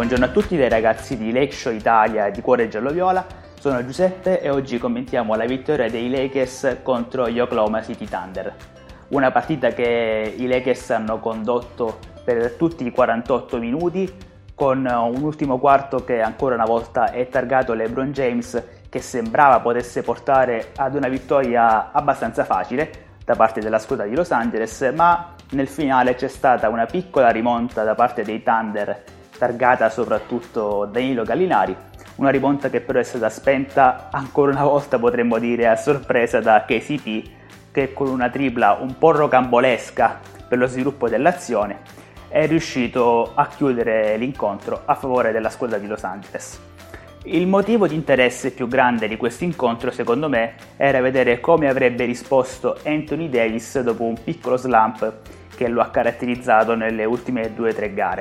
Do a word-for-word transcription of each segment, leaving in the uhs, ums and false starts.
Buongiorno a tutti dai ragazzi di Lake Show Italia e di Cuore Giallo-Viola. Sono Giuseppe e oggi commentiamo la vittoria dei Lakers contro gli Oklahoma City Thunder. Una partita che i Lakers hanno condotto per tutti i quarantotto minuti, con un ultimo quarto che ancora una volta è targato LeBron James, che sembrava potesse portare ad una vittoria abbastanza facile da parte della squadra di Los Angeles, ma nel finale c'è stata una piccola rimonta da parte dei Thunder, targata soprattutto Danilo Gallinari, una rimonta che però è stata spenta ancora una volta, potremmo dire a sorpresa, da K C P, che con una tripla un po' rocambolesca per lo sviluppo dell'azione è riuscito a chiudere l'incontro a favore della squadra di Los Angeles. Il motivo di interesse più grande di questo incontro, secondo me, era vedere come avrebbe risposto Anthony Davis dopo un piccolo slump che lo ha caratterizzato nelle ultime due o tre gare.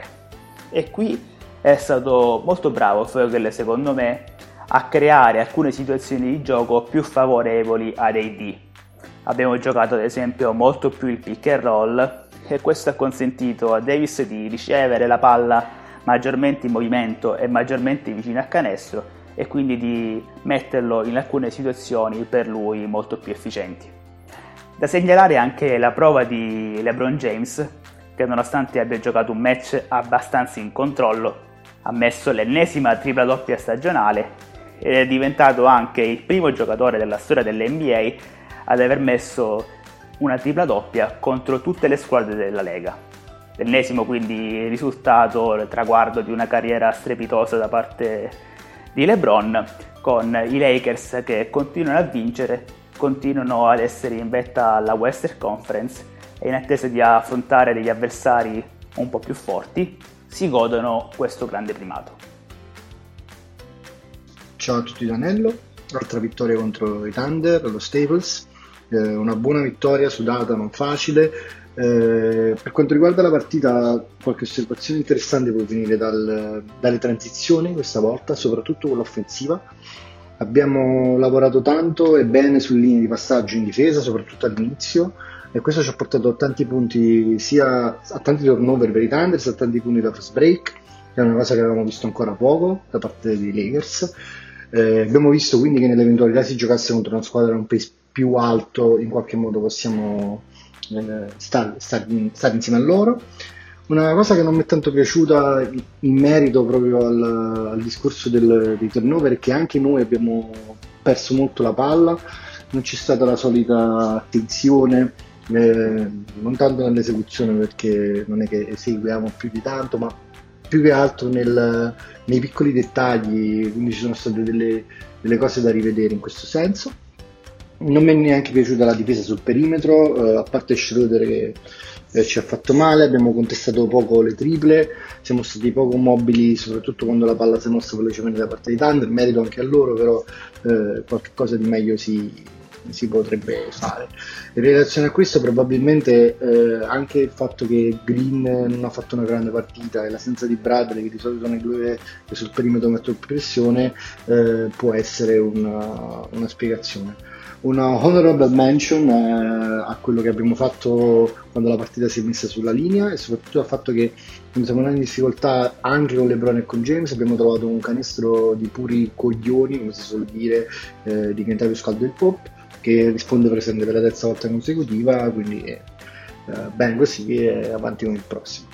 E qui è stato molto bravo Vogel, secondo me, a creare alcune situazioni di gioco più favorevoli ad A D. Abbiamo giocato ad esempio molto più il pick and roll, e questo ha consentito a Davis di ricevere la palla maggiormente in movimento e maggiormente vicino al canestro, e quindi di metterlo in alcune situazioni per lui molto più efficienti. Da segnalare anche la prova di LeBron James, che nonostante abbia giocato un match abbastanza in controllo, ha messo l'ennesima tripla doppia stagionale ed è diventato anche il primo giocatore della storia dell'N B A ad aver messo una tripla doppia contro tutte le squadre della Lega. L'ennesimo quindi risultato, il traguardo di una carriera strepitosa da parte di LeBron, con i Lakers che continuano a vincere, continuano ad essere in vetta alla Western Conference e in attesa di affrontare degli avversari un po' più forti, si godono questo grande primato. Ciao a tutti da Nello, altra vittoria contro i Thunder allo Staples, eh, una buona vittoria sudata, non facile. Eh, per quanto riguarda la partita, qualche osservazione interessante può venire dal, dalle transizioni questa volta, soprattutto con l'offensiva. Abbiamo lavorato tanto e bene sulle linee di passaggio in difesa, soprattutto all'inizio, e questo ci ha portato a tanti punti, sia a tanti turnover per i Thunder, sia a tanti punti da fast break, che è una cosa che avevamo visto ancora poco da parte dei Lakers. Eh, abbiamo visto quindi che nell'eventualità si giocasse contro una squadra a un pace più alto, in qualche modo possiamo eh, stare, stare, stare insieme a loro. Una cosa che non mi è tanto piaciuta in merito proprio al, al discorso del, dei turnover è che anche noi abbiamo perso molto la palla, non c'è stata la solita attenzione, eh, non tanto nell'esecuzione, perché non è che eseguiamo più di tanto, ma più che altro nel, nei piccoli dettagli, quindi ci sono state delle, delle cose da rivedere in questo senso. Non mi è neanche piaciuta la difesa sul perimetro, eh, a parte Schroeder che eh, ci ha fatto male, abbiamo contestato poco le triple, siamo stati poco mobili, soprattutto quando la palla si è mossa velocemente da parte dei Thunder, merito anche a loro, però eh, qualche cosa di meglio si, si potrebbe fare. In relazione a questo, probabilmente eh, anche il fatto che Green non ha fatto una grande partita e l'assenza di Bradley, che di solito sono i due che sul perimetro mettono più pressione, eh, può essere una, una spiegazione. Una honorable mention eh, a quello che abbiamo fatto quando la partita si è messa sulla linea, e soprattutto al fatto che quando siamo andati in difficoltà anche con LeBron e con James abbiamo trovato un canestro di puri coglioni, come si suol dire, eh, di Kentavious Scaldwell Pope, che risponde presente per la terza volta consecutiva, quindi eh, bene così, e avanti con il prossimo.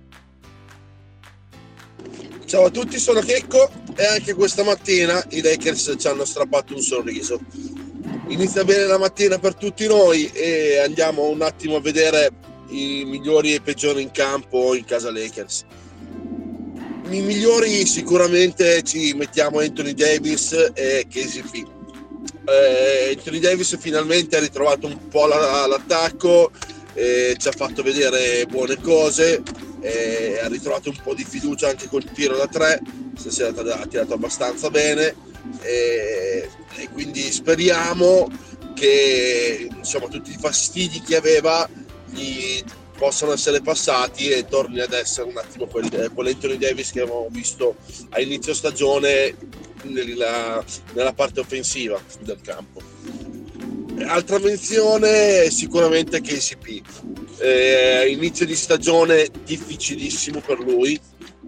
Ciao a tutti, sono Checco e anche questa mattina i Lakers ci hanno strappato un sorriso. Inizia bene la mattina per tutti noi e andiamo un attimo a vedere i migliori e i peggiori in campo in casa Lakers. I migliori sicuramente ci mettiamo Anthony Davis e K C P. Eh, Anthony Davis finalmente ha ritrovato un po' la, l'attacco, eh, ci ha fatto vedere buone cose, eh, ha ritrovato un po' di fiducia anche col tiro da tre, stasera ha tirato abbastanza bene, eh, e quindi speriamo che insomma tutti i fastidi che aveva gli possano essere passati e torni ad essere un attimo quel, quell'Anthony Davis che avevamo visto a inizio stagione nella, nella parte offensiva del campo. Altra menzione sicuramente K C P, eh, inizio di stagione difficilissimo per lui,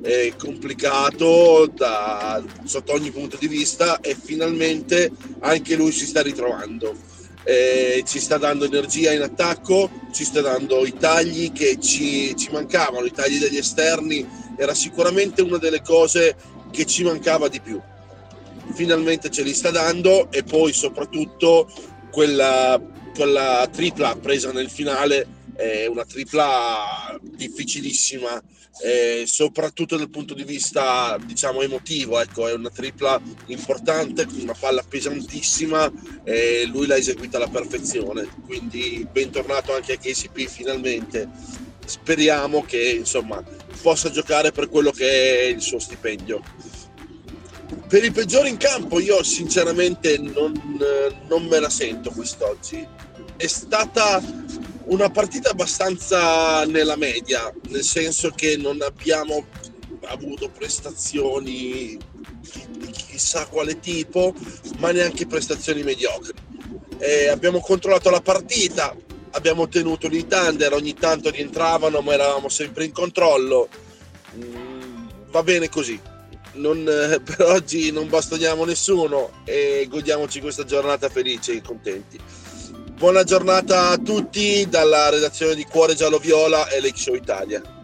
eh, complicato da, sotto ogni punto di vista, e finalmente anche lui si sta ritrovando. Eh, ci sta dando energia in attacco, ci sta dando i tagli che ci, ci mancavano, i tagli degli esterni era sicuramente una delle cose che ci mancava di più. Finalmente ce li sta dando, e poi soprattutto quella, quella tripla presa nel finale è una tripla difficilissima, eh, soprattutto dal punto di vista, diciamo, emotivo. Ecco, è una tripla importante, una palla pesantissima, e lui l'ha eseguita alla perfezione, quindi bentornato anche a K C P finalmente. Speriamo che, insomma, possa giocare per quello che è il suo stipendio. Per il peggiore in campo io sinceramente non, non me la sento quest'oggi. È stata una partita abbastanza nella media, nel senso che non abbiamo avuto prestazioni di chissà quale tipo, ma neanche prestazioni mediocri. E abbiamo controllato la partita, abbiamo tenuto i Thunder, ogni tanto rientravano, ma eravamo sempre in controllo. Mm, va bene così. Non, eh, per oggi non bastoniamo nessuno e godiamoci questa giornata felice e contenti. Buona giornata a tutti dalla redazione di Cuore Giallo Viola e Lake Show Italia.